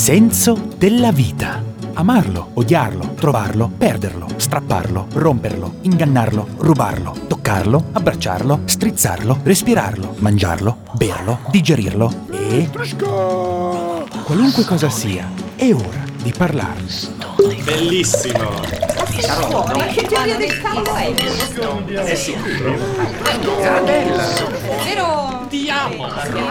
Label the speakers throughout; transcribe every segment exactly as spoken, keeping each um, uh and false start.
Speaker 1: senso della vita. Amarlo, odiarlo, trovarlo, perderlo, strapparlo, romperlo, ingannarlo, rubarlo, toccarlo, abbracciarlo, strizzarlo, respirarlo, mangiarlo, berlo, digerirlo e... qualunque cosa sia, è ora di parlarne.
Speaker 2: Bellissimo!
Speaker 3: Che teoria del cavolo è?
Speaker 2: Eh sì.
Speaker 3: Vero?
Speaker 2: Ti amo!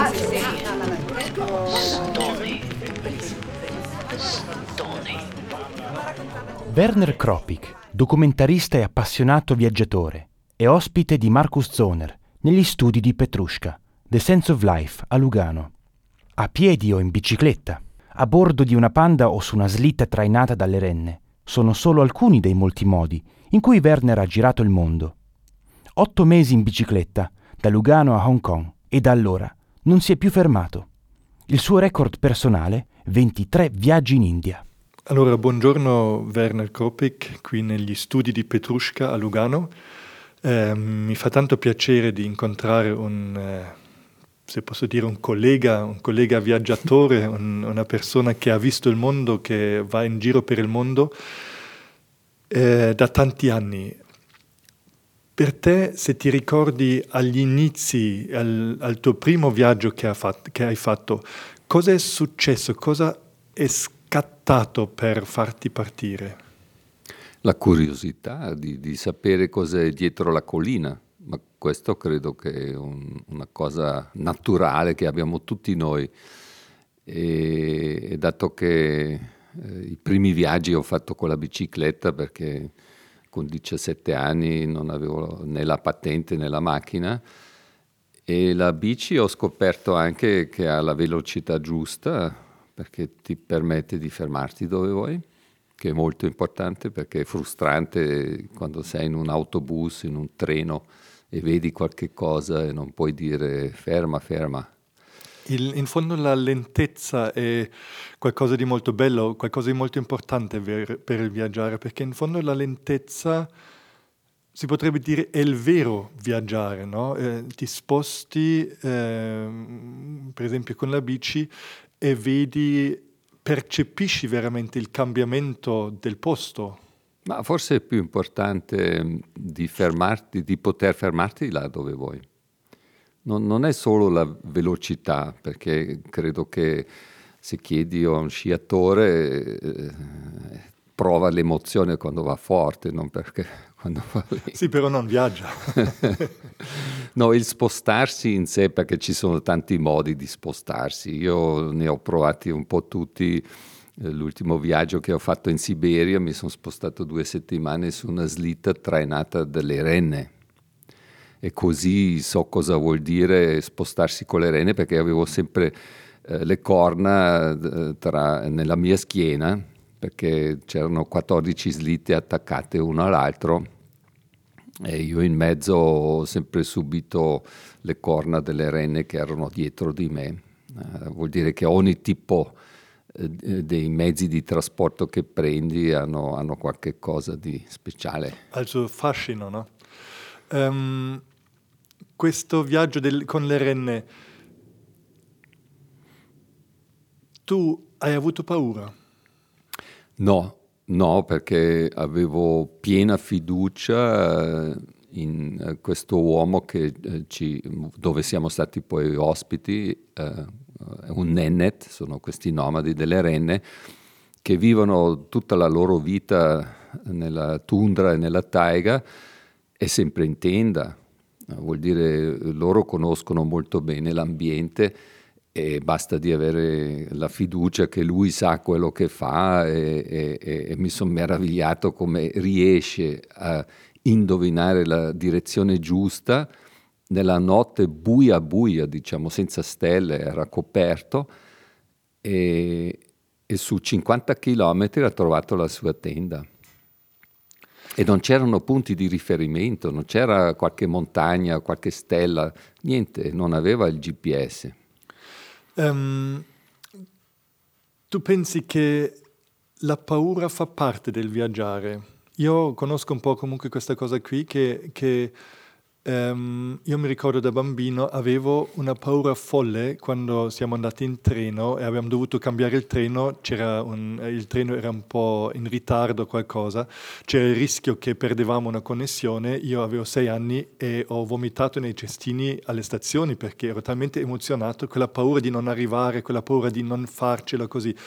Speaker 1: Werner Kroppig, documentarista e appassionato viaggiatore, è ospite di Markus Zohner negli studi di Petrushka, The Sense of Life a Lugano. A piedi o in bicicletta, a bordo di una Panda o su una slitta trainata dalle renne, sono solo alcuni dei molti modi in cui Werner ha girato il mondo. Otto mesi in bicicletta, da Lugano a Hong Kong, e da allora non si è più fermato. Il suo record personale, ventitré viaggi in India.
Speaker 4: Allora, buongiorno Werner Kroppig, qui negli studi di Petrushka a Lugano. Eh, mi fa tanto piacere di incontrare un, eh, se posso dire, un collega, un collega viaggiatore, un, una persona che ha visto il mondo, che va in giro per il mondo eh, da tanti anni. Per te, se ti ricordi agli inizi, al, al tuo primo viaggio che, ha fatto, che hai fatto, cosa è successo? Cosa è scattato per farti partire?
Speaker 5: La curiosità di, di sapere cos'è dietro la collina, ma questo credo che è un, una cosa naturale che abbiamo tutti noi. E, e dato che eh, i primi viaggi ho fatto con la bicicletta, perché con diciassette anni non avevo né la patente né la macchina, e la bici ho scoperto anche che ha la velocità giusta, perché ti permette di fermarti dove vuoi, che è molto importante, perché è frustrante quando sei in un autobus, in un treno e vedi qualche cosa e non puoi dire ferma, ferma.
Speaker 4: Il, in fondo la lentezza è qualcosa di molto bello, qualcosa di molto importante per, per il viaggiare, perché in fondo la lentezza, si potrebbe dire, è il vero viaggiare, no? Eh, ti sposti, eh, per esempio con la bici, e vedi, percepisci veramente il cambiamento del posto.
Speaker 5: Ma forse è più importante di fermarti, di poter fermarti là dove vuoi. Non, non è solo la velocità, perché credo che se chiedi a un sciatore eh, prova l'emozione quando va forte, non perché quando va lì.
Speaker 4: Sì, però non viaggia.
Speaker 5: No, il spostarsi in sé, perché ci sono tanti modi di spostarsi. Io ne ho provati un po' tutti. L'ultimo viaggio che ho fatto in Siberia mi sono spostato due settimane su una slitta trainata dalle renne. E così so cosa vuol dire spostarsi con le renne, perché avevo sempre eh, le corna eh, tra, nella mia schiena, perché c'erano quattordici slitte attaccate uno all'altro e io in mezzo ho sempre subito le corna delle renne che erano dietro di me. Eh, vuol dire che ogni tipo eh, dei mezzi di trasporto che prendi hanno, hanno qualche cosa di speciale.
Speaker 4: Ha il suo fascino, no? Um, questo viaggio del, con le renne, tu hai avuto paura?
Speaker 5: No, no, perché avevo piena fiducia in questo uomo che ci, dove siamo stati poi ospiti, eh, un nennet, sono questi nomadi delle renne, che vivono tutta la loro vita nella tundra e nella taiga e sempre in tenda. Vuol dire loro conoscono molto bene l'ambiente e basta di avere la fiducia che lui sa quello che fa e, e, e mi sono meravigliato come riesce a indovinare la direzione giusta nella notte buia buia, diciamo, senza stelle, era coperto e, e su cinquanta chilometri ha trovato la sua tenda. E non c'erano punti di riferimento, non c'era qualche montagna, qualche stella, niente, non aveva il G P S.
Speaker 4: Um, tu pensi che la paura fa parte del viaggiare? Io conosco un po' comunque questa cosa qui, che, che Um, io mi ricordo da bambino avevo una paura folle quando siamo andati in treno e abbiamo dovuto cambiare il treno, c'era un, il treno era un po' in ritardo o qualcosa, c'era il rischio che perdevamo una connessione. Io avevo sei anni e ho vomitato nei cestini alle stazioni perché ero talmente emozionato, quella paura di non arrivare, quella paura di non farcela così.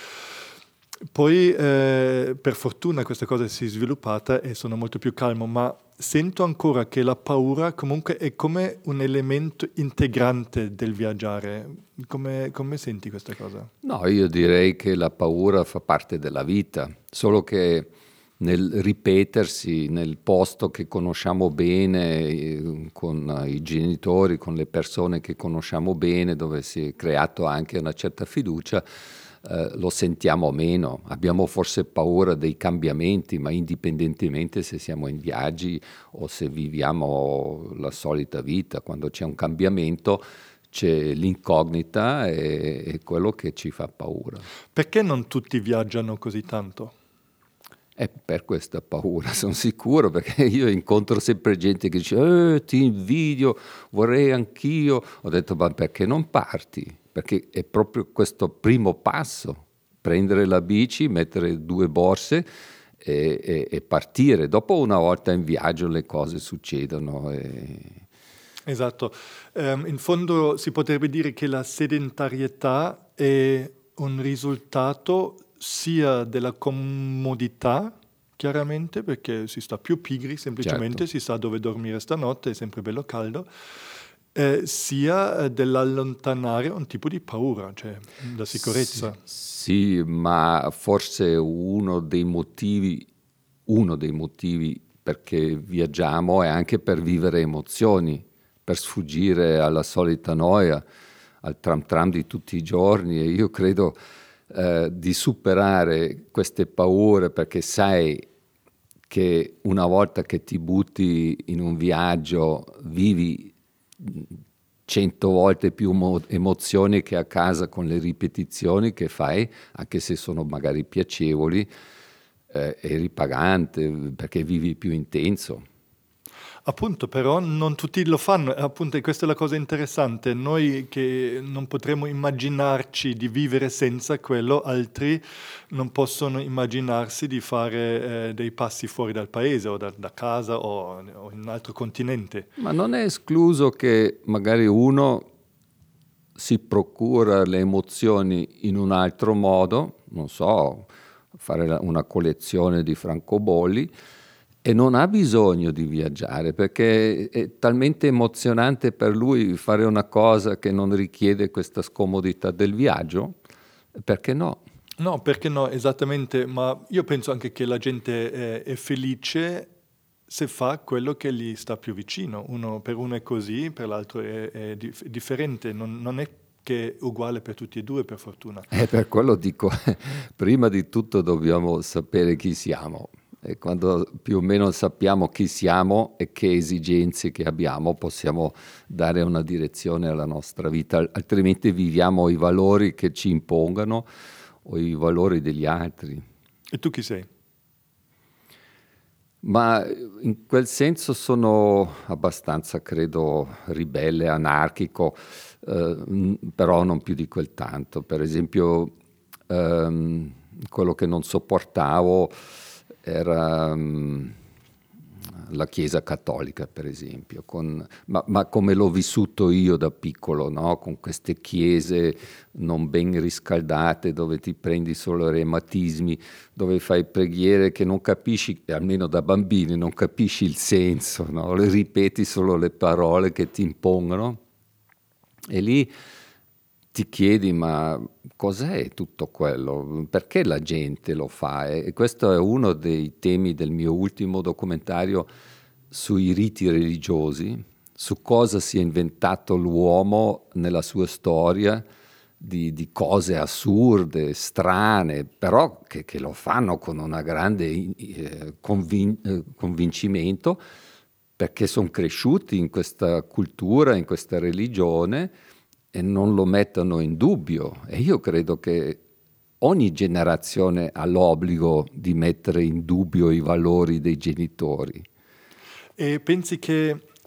Speaker 4: Poi eh, per fortuna questa cosa si è sviluppata e sono molto più calmo, ma sento ancora che la paura comunque è come un elemento integrante del viaggiare. Come, come senti questa cosa?
Speaker 5: No, io direi che la paura fa parte della vita, solo che nel ripetersi nel posto che conosciamo bene, con i genitori, con le persone che conosciamo bene, dove si è creato anche una certa fiducia, Eh, lo sentiamo meno, abbiamo forse paura dei cambiamenti, ma indipendentemente se siamo in viaggi o se viviamo la solita vita, quando c'è un cambiamento c'è l'incognita e, e quello che ci fa paura.
Speaker 4: Perché non tutti viaggiano così tanto?
Speaker 5: È per questa paura, sono sicuro, perché io incontro sempre gente che dice eh, ti invidio, vorrei anch'io. Ho detto, ma perché non parti? Perché è proprio questo primo passo, prendere la bici, mettere due borse e, e, e partire. Dopo una volta in viaggio le cose succedono. E...
Speaker 4: Esatto, um, in fondo si potrebbe dire che la sedentarietà è un risultato sia della comodità, chiaramente, perché si sta più pigri, semplicemente, certo. Si sa dove dormire stanotte, è sempre bello caldo, eh, sia dell'allontanare un tipo di paura, cioè la sicurezza.
Speaker 5: Sì, sì, ma forse uno dei motivi, uno dei motivi perché viaggiamo è anche per vivere emozioni, per sfuggire alla solita noia, al tram tram di tutti i giorni, e io credo Eh, di superare queste paure, perché sai che una volta che ti butti in un viaggio vivi cento volte più mo- emozioni che a casa con le ripetizioni che fai, anche se sono magari piacevoli, eh, è ripagante perché vivi più intenso.
Speaker 4: Appunto, però non tutti lo fanno, appunto, e questa è la cosa interessante. Noi che non potremmo immaginarci di vivere senza quello, altri non possono immaginarsi di fare eh, dei passi fuori dal paese o da, da casa o, o in un altro continente.
Speaker 5: Ma non è escluso che magari uno si procura le emozioni in un altro modo, non so, fare una collezione di francobolli, e non ha bisogno di viaggiare perché è talmente emozionante per lui fare una cosa che non richiede questa scomodità del viaggio, perché no?
Speaker 4: No, perché no, esattamente, ma io penso anche che la gente è, è felice se fa quello che gli sta più vicino. Uno, per uno è così, per l'altro è, è dif- differente, non, non è che è uguale per tutti e due, per fortuna.
Speaker 5: E per quello dico, prima di tutto dobbiamo sapere chi siamo. E quando più o meno sappiamo chi siamo e che esigenze che abbiamo, possiamo dare una direzione alla nostra vita, altrimenti viviamo i valori che ci impongano o i valori degli altri.
Speaker 4: E tu chi sei?
Speaker 5: Ma in quel senso sono abbastanza, credo, ribelle, anarchico, eh, però non più di quel tanto. Per esempio, ehm, quello che non sopportavo era um, la Chiesa cattolica, per esempio, con, ma, ma come l'ho vissuto io da piccolo, no? Con queste chiese non ben riscaldate, dove ti prendi solo reumatismi, dove fai preghiere che non capisci, almeno da bambini, non capisci il senso, no? Le ripeti solo le parole che ti impongono, e lì ti chiedi, ma cos'è tutto quello? Perché la gente lo fa? E questo è uno dei temi del mio ultimo documentario sui riti religiosi, su cosa si è inventato l'uomo nella sua storia, di, di cose assurde, strane, però che, che lo fanno con una grande eh, convin- eh, convincimento, perché sono cresciuti in questa cultura, in questa religione, e non lo mettono in dubbio. E io credo che ogni generazione ha l'obbligo di mettere in dubbio i valori dei genitori.
Speaker 4: E pensi che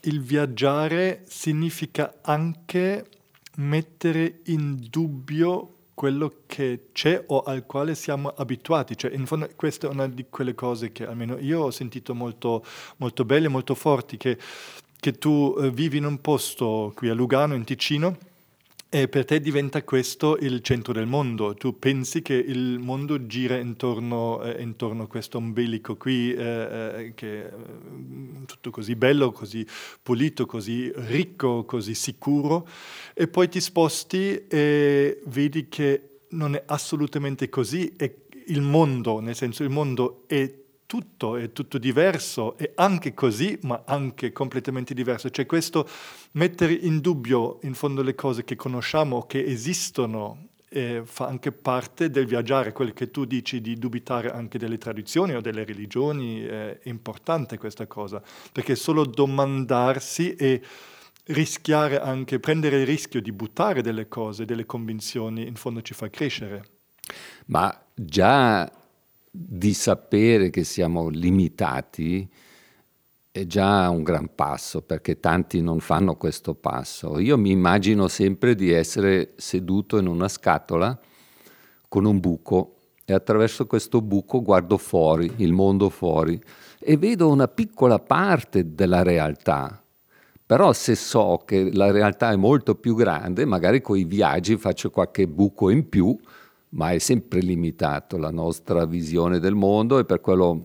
Speaker 4: il viaggiare significa anche mettere in dubbio quello che c'è o al quale siamo abituati. Cioè, in fondo, questa è una di quelle cose che almeno io ho sentito molto, molto belle, molto forti, che, che tu eh, vivi in un posto qui a Lugano, in Ticino, e per te diventa questo il centro del mondo. Tu pensi che il mondo gira intorno, eh, intorno a questo ombelico qui, eh, eh, che è tutto così bello, così pulito, così ricco, così sicuro, e poi ti sposti e vedi che non è assolutamente così, e il mondo, nel senso il mondo è tutto, è tutto diverso, è anche così, ma anche completamente diverso. Cioè questo mettere in dubbio in fondo le cose che conosciamo, che esistono, eh, fa anche parte del viaggiare. Quello che tu dici di dubitare anche delle tradizioni o delle religioni, eh, è importante questa cosa, perché solo domandarsi e rischiare anche, prendere il rischio di buttare delle cose, delle convinzioni, in fondo ci fa crescere.
Speaker 5: Ma già di sapere che siamo limitati è già un gran passo, perché tanti non fanno questo passo. Io mi immagino sempre di essere seduto in una scatola con un buco e attraverso questo buco guardo fuori, il mondo fuori, e vedo una piccola parte della realtà. Però se so che la realtà è molto più grande, magari con i viaggi faccio qualche buco in più, ma è sempre limitato la nostra visione del mondo, e per quello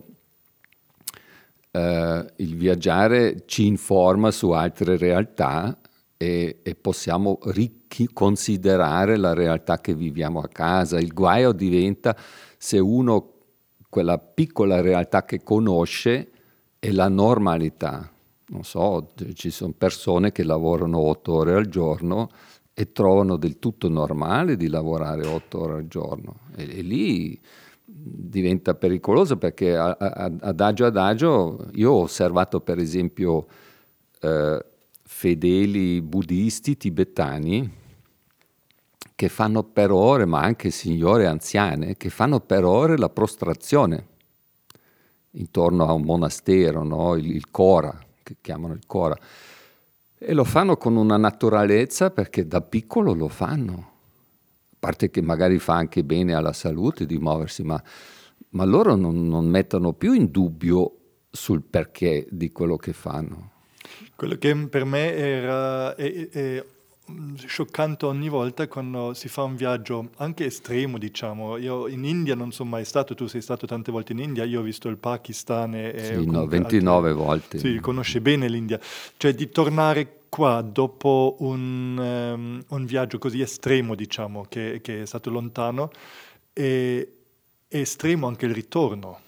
Speaker 5: eh, il viaggiare ci informa su altre realtà e, e possiamo riconsiderare la realtà che viviamo a casa. Il guaio diventa se uno quella piccola realtà che conosce è la normalità. Non so, ci sono persone che lavorano otto ore al giorno e trovano del tutto normale di lavorare otto ore al giorno, e, e lì diventa pericoloso, perché a, a, adagio adagio io ho osservato per esempio eh, fedeli buddisti tibetani che fanno per ore, ma anche signore anziane, che fanno per ore la prostrazione intorno a un monastero, no? il, il Kora, che chiamano il Kora. E lo fanno con una naturalezza perché da piccolo lo fanno. A parte che magari fa anche bene alla salute di muoversi, ma, ma loro non, non mettono più in dubbio sul perché di quello che fanno.
Speaker 4: Quello che per me era è, è scioccante ogni volta quando si fa un viaggio anche estremo, diciamo. Io in India non sono mai stato, tu sei stato tante volte in India, io ho visto il Pakistan e,
Speaker 5: sì, no, ventinove altre, volte.
Speaker 4: Sì, conosci bene l'India. Cioè di tornare qua dopo un, um, un viaggio così estremo, diciamo, che, che è stato lontano, è, è estremo anche il ritorno.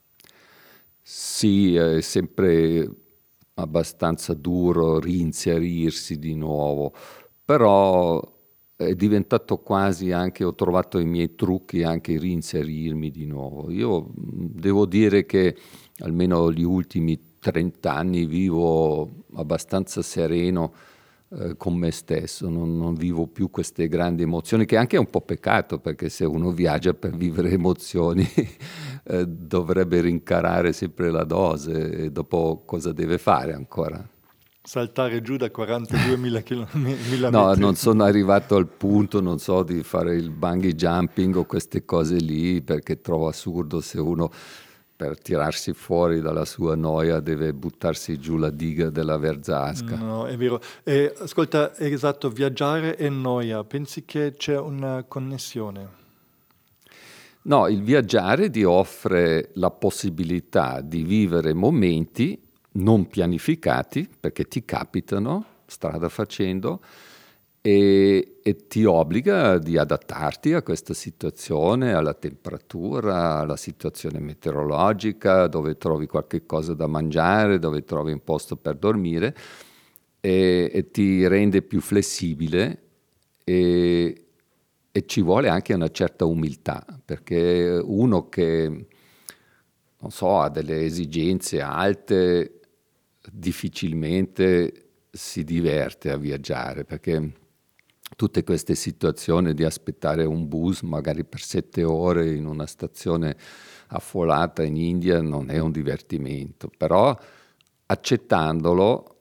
Speaker 5: Sì, è sempre abbastanza duro rinserirsi di nuovo, però è diventato quasi anche, ho trovato i miei trucchi anche reinserirmi di nuovo. Io devo dire che almeno gli ultimi trent'anni vivo abbastanza sereno eh, con me stesso, non, non vivo più queste grandi emozioni, che anche è un po' peccato, perché se uno viaggia per vivere emozioni eh, dovrebbe rincarare sempre la dose, e dopo cosa deve fare ancora?
Speaker 4: Saltare giù da quarantaduemila chilometri.
Speaker 5: No, non sono arrivato al punto, non so, di fare il bungee jumping o queste cose lì, perché trovo assurdo se uno per tirarsi fuori dalla sua noia deve buttarsi giù la diga della Verzasca.
Speaker 4: No, è vero. E, ascolta, è esatto, viaggiare e noia, pensi che c'è una connessione?
Speaker 5: No, il viaggiare ti offre la possibilità di vivere momenti non pianificati, perché ti capitano strada facendo, e, e ti obbliga di adattarti a questa situazione, alla temperatura, alla situazione meteorologica, dove trovi qualche cosa da mangiare, dove trovi un posto per dormire, e, e ti rende più flessibile, e, e ci vuole anche una certa umiltà, perché uno che, non so, ha delle esigenze alte difficilmente si diverte a viaggiare, perché tutte queste situazioni di aspettare un bus magari per sette ore in una stazione affollata in India non è un divertimento, però accettandolo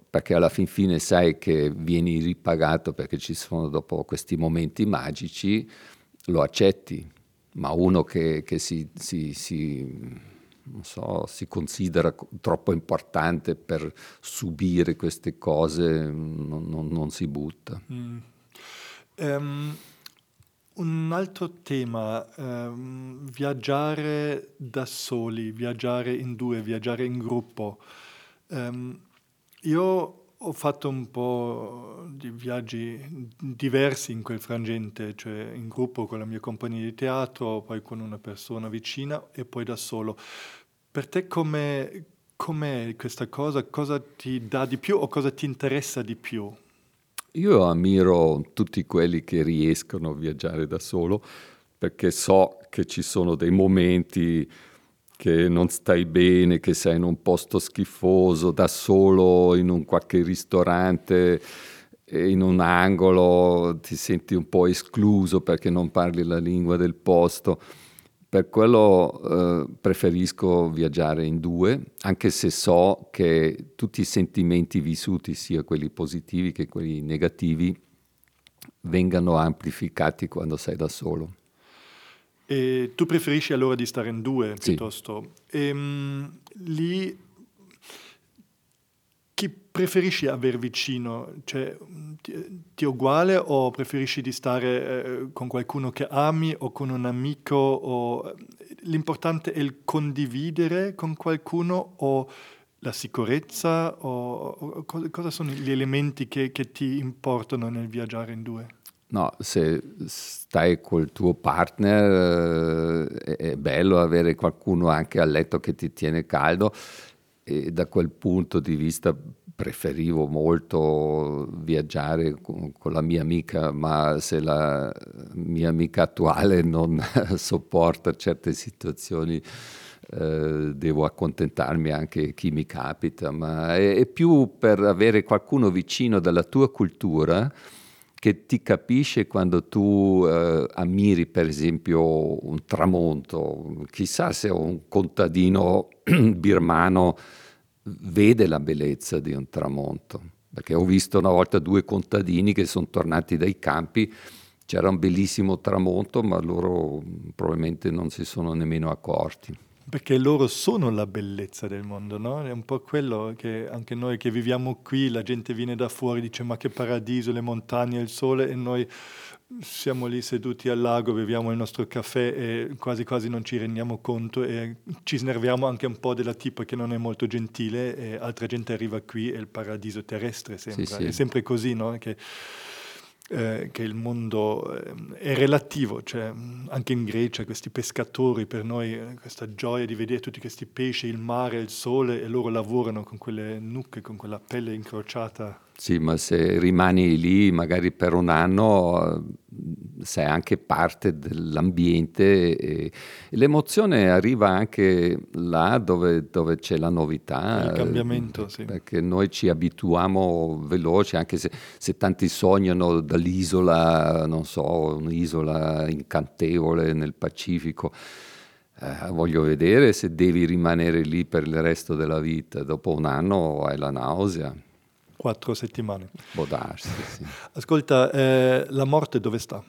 Speaker 5: perché alla fin fine sai che vieni ripagato perché ci sono dopo questi momenti magici, lo accetti, ma uno che, che si, si, si, non so, si considera troppo importante per subire queste cose non, non, non si butta.
Speaker 4: Mm. Um, un altro tema, um, viaggiare da soli, viaggiare in due, viaggiare in gruppo. Um, io ho fatto un po' di viaggi diversi in quel frangente, cioè in gruppo con la mia compagnia di teatro, poi con una persona vicina e poi da solo. Per te com'è, com'è questa cosa? Cosa ti dà di più o cosa ti interessa di più?
Speaker 5: Io ammiro tutti quelli che riescono a viaggiare da solo, perché so che ci sono dei momenti che non stai bene, che sei in un posto schifoso, da solo in un qualche ristorante, in un angolo, ti senti un po' escluso perché non parli la lingua del posto. Per quello eh, preferisco viaggiare in due, anche se so che tutti i sentimenti vissuti, sia quelli positivi che quelli negativi, vengano amplificati quando sei da solo.
Speaker 4: E tu preferisci allora di stare in due
Speaker 5: Sì.
Speaker 4: piuttosto? E, um, lì chi preferisci aver vicino? Cioè, ti, ti è uguale o preferisci di stare eh, con qualcuno che ami o con un amico? O, l'importante è il condividere con qualcuno o la sicurezza? O, o cosa, cosa sono gli elementi che, che ti importano nel viaggiare in due?
Speaker 5: No, se stai col tuo partner eh, è bello avere qualcuno anche a letto che ti tiene caldo, e da quel punto di vista preferivo molto viaggiare con, con la mia amica, ma se la mia amica attuale non sopporta certe situazioni eh, devo accontentarmi anche chi mi capita, ma è, è più per avere qualcuno vicino dalla tua cultura che ti capisce quando tu eh, ammiri per esempio un tramonto. Chissà se un contadino birmano vede la bellezza di un tramonto, perché ho visto una volta due contadini che sono tornati dai campi, c'era un bellissimo tramonto, ma loro probabilmente non si sono nemmeno accorti.
Speaker 4: Perché loro sono la bellezza del mondo, no? È un po' quello che anche noi che viviamo qui, la gente viene da fuori, dice ma che paradiso, le montagne, il sole, e noi siamo lì seduti al lago, beviamo il nostro caffè e quasi quasi non ci rendiamo conto e ci snerviamo anche un po' della tipa che non è molto gentile e altra gente arriva qui e il paradiso terrestre sembra.
Speaker 5: Sì, sì.
Speaker 4: È sempre così, no? Che, Eh, che il mondo eh, è relativo, cioè anche in Grecia questi pescatori, per noi eh, questa gioia di vedere tutti questi pesci, il mare, il sole, e loro lavorano con quelle nuche, con quella pelle incrociata.
Speaker 5: Sì, ma se rimani lì magari per un anno sei anche parte dell'ambiente e, e l'emozione arriva anche là dove, dove c'è la novità.
Speaker 4: Il cambiamento, sì.
Speaker 5: Perché noi ci abituiamo veloci, anche se, se tanti sognano dall'isola, non so, un'isola incantevole nel Pacifico. Eh, voglio vedere se devi rimanere lì per il resto della vita. Dopo un anno hai la nausea.
Speaker 4: Quattro settimane.
Speaker 5: Può darsi, sì.
Speaker 4: Ascolta, eh, la morte dove sta?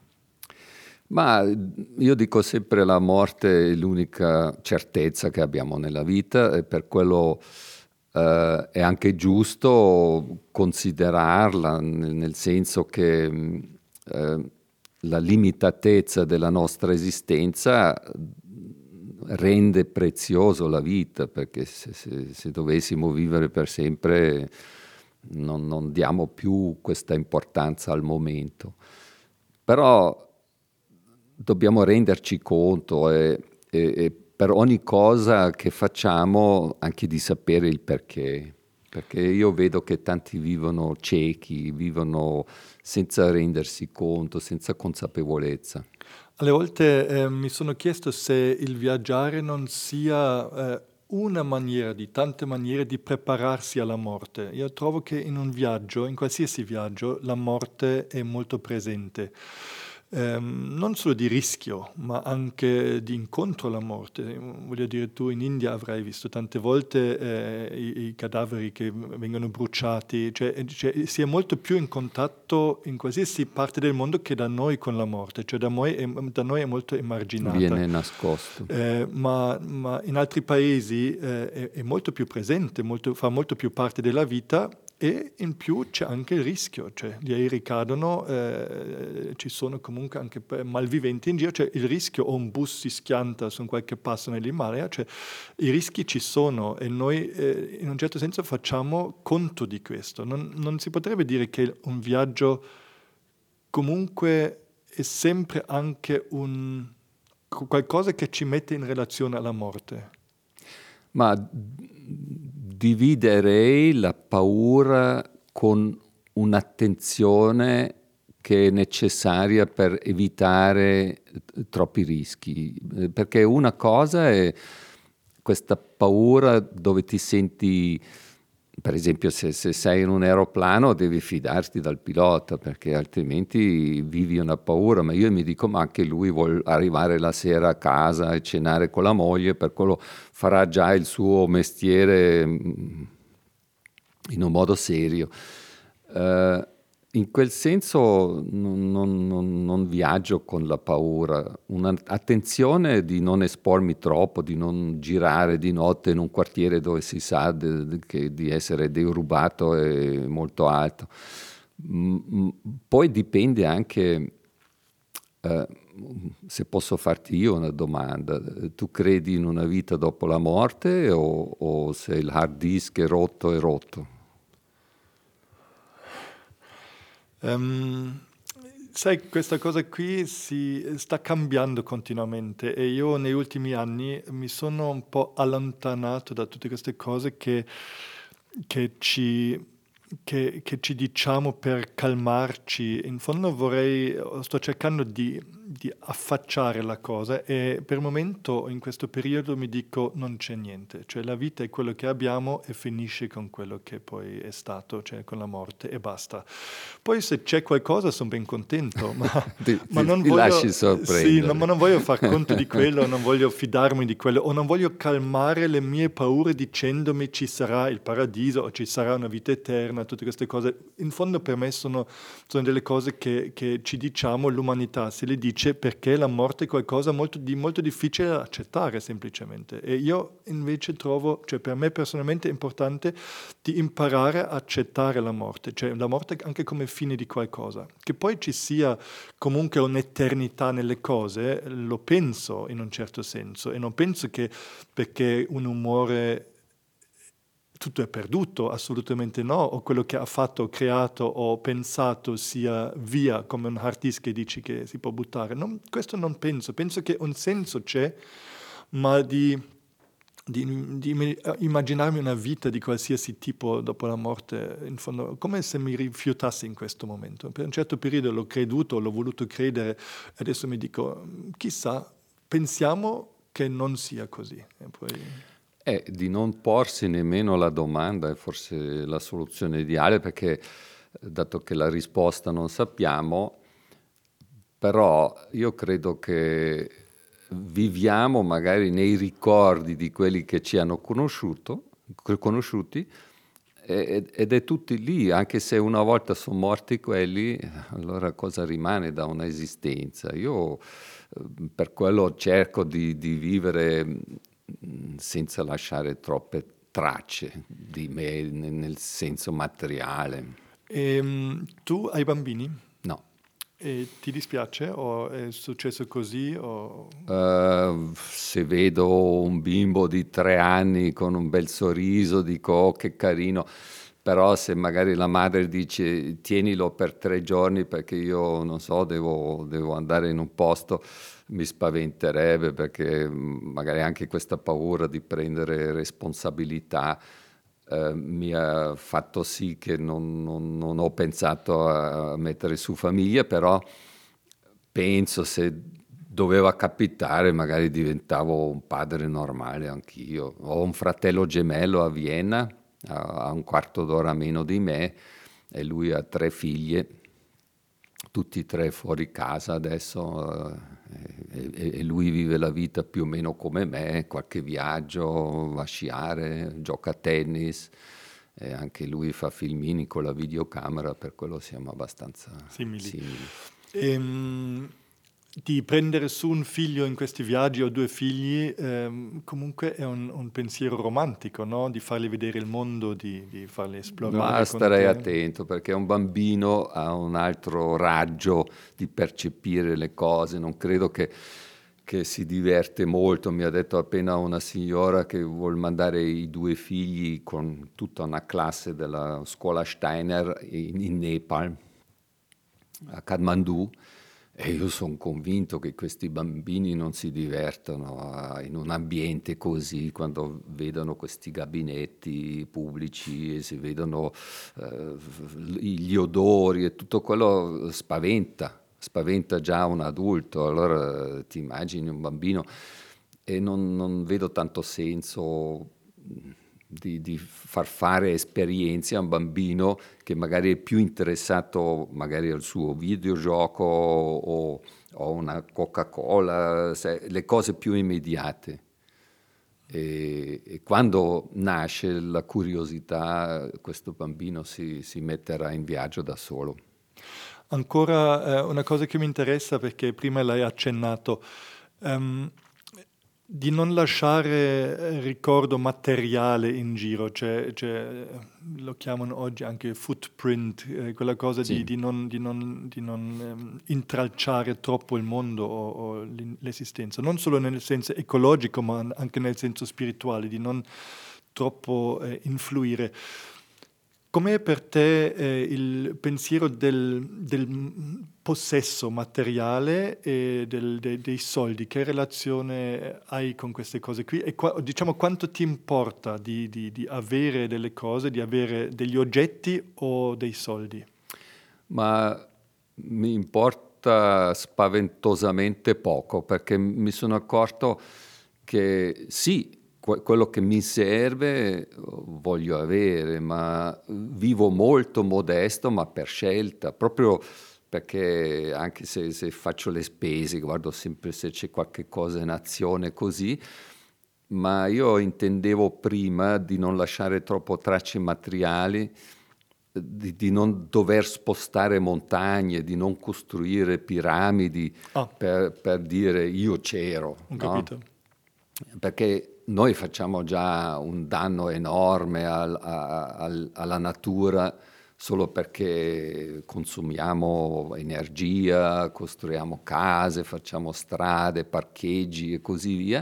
Speaker 5: Ma io dico sempre la morte è l'unica certezza che abbiamo nella vita e per quello eh, è anche giusto considerarla, nel, nel senso che eh, la limitatezza della nostra esistenza rende prezioso la vita, perché se, se, se dovessimo vivere per sempre non, non diamo più questa importanza al momento. Però dobbiamo renderci conto e, e, e per ogni cosa che facciamo anche di sapere il perché, perché io vedo che tanti vivono ciechi, vivono senza rendersi conto, senza consapevolezza.
Speaker 4: Alle volte eh, mi sono chiesto se il viaggiare non sia eh, una maniera, di tante maniere, di prepararsi alla morte. Io trovo che in un viaggio, in qualsiasi viaggio, la morte è molto presente. ehm, non solo di rischio, ma anche di incontro alla morte. Voglio dire, tu in India avrai visto tante volte eh, i, i cadaveri che vengono bruciati, cioè, cioè si è molto più in contatto in qualsiasi parte del mondo che da noi con la morte, cioè da noi è, da noi è molto emarginata.
Speaker 5: Viene nascosto.
Speaker 4: Eh, ma, ma in altri paesi eh, è, è molto più presente, molto, fa molto più parte della vita. E in più c'è anche il rischio, cioè gli aerei cadono, eh, ci sono comunque anche malviventi in giro, cioè il rischio o un bus si schianta su qualche passo nell'Himalaya, cioè i rischi ci sono e noi eh, in un certo senso facciamo conto di questo. Non, non si potrebbe dire che un viaggio comunque è sempre anche un, qualcosa che ci mette in relazione alla morte.
Speaker 5: Ma dividerei la paura con un'attenzione che è necessaria per evitare troppi rischi, perché una cosa è questa paura dove ti senti, per esempio se, se sei in un aeroplano devi fidarti dal pilota perché altrimenti vivi una paura, ma io mi dico ma anche lui vuole arrivare la sera a casa e cenare con la moglie, per quello farà già il suo mestiere in un modo serio. Uh, in quel senso non, non, non, non viaggio con la paura, un'attenzione di non espormi troppo, di non girare di notte in un quartiere dove si sa de, de, che di essere derubato e molto alto. Mm, poi dipende anche, uh, se posso farti io una domanda, tu credi in una vita dopo la morte o, o se il hard disk è rotto è rotto?
Speaker 4: Um, sai, questa cosa qui si sta cambiando continuamente e io negli ultimi anni mi sono un po' allontanato da tutte queste cose che, che, ci, che, che ci diciamo per calmarci. In fondo vorrei, sto cercando di, di affacciare la cosa e per il momento in questo periodo mi dico non c'è niente, cioè la vita è quello che abbiamo e finisce con quello che poi è stato, cioè con la morte e basta. Poi se c'è qualcosa sono ben contento, ma,
Speaker 5: ti,
Speaker 4: ma non
Speaker 5: ti
Speaker 4: voglio,
Speaker 5: lasci sorprendere.
Speaker 4: Sì, no, ma non voglio far conto di quello, non voglio fidarmi di quello o non voglio calmare le mie paure dicendomi ci sarà il paradiso o ci sarà una vita eterna, tutte queste cose. In fondo per me sono, sono delle cose che, che ci diciamo, l'umanità se le dice perché la morte è qualcosa molto, di molto difficile da accettare semplicemente e io invece trovo, cioè per me personalmente è importante di imparare a accettare la morte, cioè la morte anche come fine di qualcosa, che poi ci sia comunque un'eternità nelle cose, lo penso in un certo senso e non penso che perché uno muore tutto è perduto, assolutamente no, o quello che ha fatto, creato o pensato sia via come un hard disk che dici che si può buttare. Non, questo non penso, penso che un senso c'è, ma di, di, di immaginarmi una vita di qualsiasi tipo dopo la morte, in fondo, come se mi rifiutassi in questo momento. Per un certo periodo l'ho creduto, l'ho voluto credere, adesso mi dico, chissà, pensiamo che non sia così. E poi...
Speaker 5: È di non porsi nemmeno la domanda è forse la soluzione ideale perché dato che la risposta non sappiamo, però io credo che viviamo magari nei ricordi di quelli che ci hanno conosciuto, conosciuti ed è tutti lì, anche se una volta sono morti quelli, allora cosa rimane da una esistenza? Io per quello cerco di, di vivere senza lasciare troppe tracce di me nel senso materiale.
Speaker 4: E, tu hai bambini?
Speaker 5: No.
Speaker 4: E ti dispiace o è successo così? O...
Speaker 5: Uh, se vedo un bimbo di tre anni con un bel sorriso dico oh che carino, però se magari la madre dice tienilo per tre giorni perché io non so devo, devo andare in un posto, mi spaventerebbe perché magari anche questa paura di prendere responsabilità eh, mi ha fatto sì che non, non, non ho pensato a mettere su famiglia, però penso se doveva capitare magari diventavo un padre normale anch'io. Ho un fratello gemello a Vienna, a un quarto d'ora meno di me, e lui ha tre figlie. tutti e tre fuori casa adesso, eh, e, e lui vive la vita più o meno come me, qualche viaggio, va a sciare, gioca a tennis, e anche lui fa filmini con la videocamera, per quello siamo abbastanza
Speaker 4: simili.
Speaker 5: simili.
Speaker 4: Ehm, di prendere su un figlio in questi viaggi o due figli, ehm, comunque è un, un pensiero romantico, no? Di fargli vedere il mondo, di, di farli esplorare.
Speaker 5: Ma
Speaker 4: con
Speaker 5: starei
Speaker 4: te.
Speaker 5: attento, perché un bambino ha un altro raggio di percepire le cose, non credo che, che si diverte molto. Mi ha detto appena una signora che vuol mandare i due figli con tutta una classe della scuola Steiner in, in Nepal, a Kathmandu, e io sono convinto che questi bambini non si divertono in un ambiente così, quando vedono questi gabinetti pubblici e si vedono eh, gli odori e tutto quello spaventa, spaventa già un adulto. Allora ti immagini un bambino, e non, non vedo tanto senso Di, di far fare esperienze a un bambino che magari è più interessato magari al suo videogioco o, o una Coca-Cola, se, le cose più immediate. E, e quando nasce la curiosità, questo bambino si, si metterà in viaggio da solo.
Speaker 4: Ancora eh, una cosa che mi interessa, perché prima l'hai accennato, um, di non lasciare ricordo materiale in giro, cioè, cioè lo chiamano oggi anche footprint, eh, quella cosa sì. di, di non, di non, di non ehm, intralciare troppo il mondo o, o l'esistenza, non solo nel senso ecologico ma anche nel senso spirituale, di non troppo eh, influire. Com'è per te eh, il pensiero del, del possesso materiale e del, de, dei soldi? Che relazione hai con queste cose qui? E qua, diciamo, quanto ti importa di, di, di avere delle cose, di avere degli oggetti o dei soldi?
Speaker 5: Ma mi importa spaventosamente poco, perché mi sono accorto che sì, quello che mi serve voglio avere, ma vivo molto modesto, ma per scelta, proprio perché anche se, se faccio le spese, guardo sempre se c'è qualche cosa in azione così, ma io intendevo prima di non lasciare troppo tracce materiali, di, di non dover spostare montagne, di non costruire piramidi
Speaker 4: ah.
Speaker 5: per, per dire io c'ero.
Speaker 4: Ho
Speaker 5: no?
Speaker 4: capito.
Speaker 5: Perché noi facciamo già un danno enorme al, al, alla natura solo perché consumiamo energia, costruiamo case, facciamo strade, parcheggi e così via,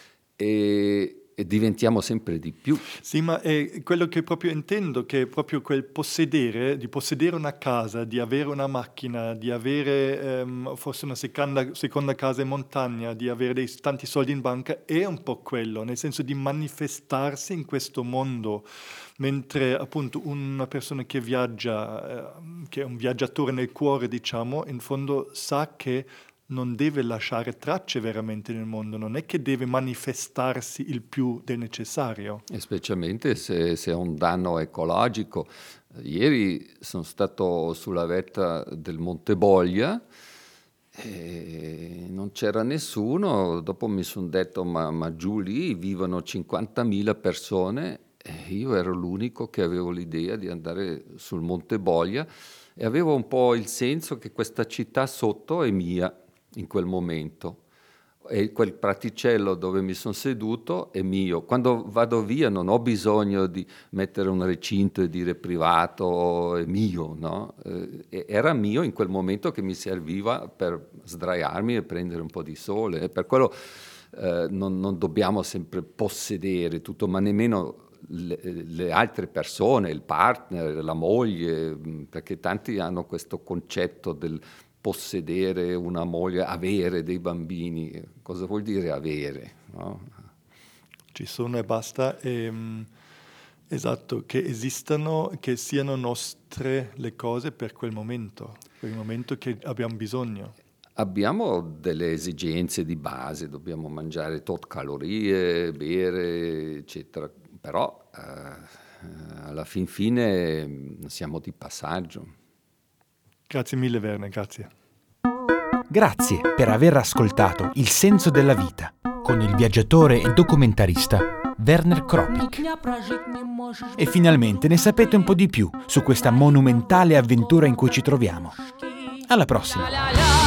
Speaker 5: e, e diventiamo sempre di più.
Speaker 4: Sì, ma è quello che proprio intendo, che è proprio quel possedere, di possedere una casa, di avere una macchina, di avere ehm, forse una seconda, seconda casa in montagna, di avere dei, tanti soldi in banca, è un po' quello, nel senso di manifestarsi in questo mondo, mentre appunto una persona che viaggia, eh, che è un viaggiatore nel cuore, diciamo, in fondo sa che non deve lasciare tracce veramente nel mondo, non è che deve manifestarsi il più del necessario.
Speaker 5: E specialmente se, se è un danno ecologico. Ieri sono stato sulla vetta del Monte Boglia e non c'era nessuno, dopo mi sono detto ma, ma giù lì vivono cinquantamila persone e io ero l'unico che avevo l'idea di andare sul Monte Boglia e avevo un po' il senso che questa città sotto è mia in quel momento, e quel praticello dove mi sono seduto è mio. Quando vado via non ho bisogno di mettere un recinto e dire privato, è mio, no? Eh, era mio in quel momento che mi serviva per sdraiarmi e prendere un po' di sole, e per quello eh, non, non dobbiamo sempre possedere tutto, ma nemmeno le, le altre persone, il partner, la moglie, perché tanti hanno questo concetto del possedere una moglie, avere dei bambini. Cosa vuol dire avere? No?
Speaker 4: Ci sono e basta. E, esatto, che esistano, che siano nostre le cose per quel momento, per il momento che abbiamo bisogno.
Speaker 5: Abbiamo delle esigenze di base, dobbiamo mangiare tot calorie, bere, eccetera, però eh, alla fin fine siamo di passaggio.
Speaker 4: Grazie mille Werner, grazie.
Speaker 1: Grazie per aver ascoltato Il senso della vita con il viaggiatore e documentarista Werner Kropik. E finalmente ne sapete un po' di più su questa monumentale avventura in cui ci troviamo. Alla prossima!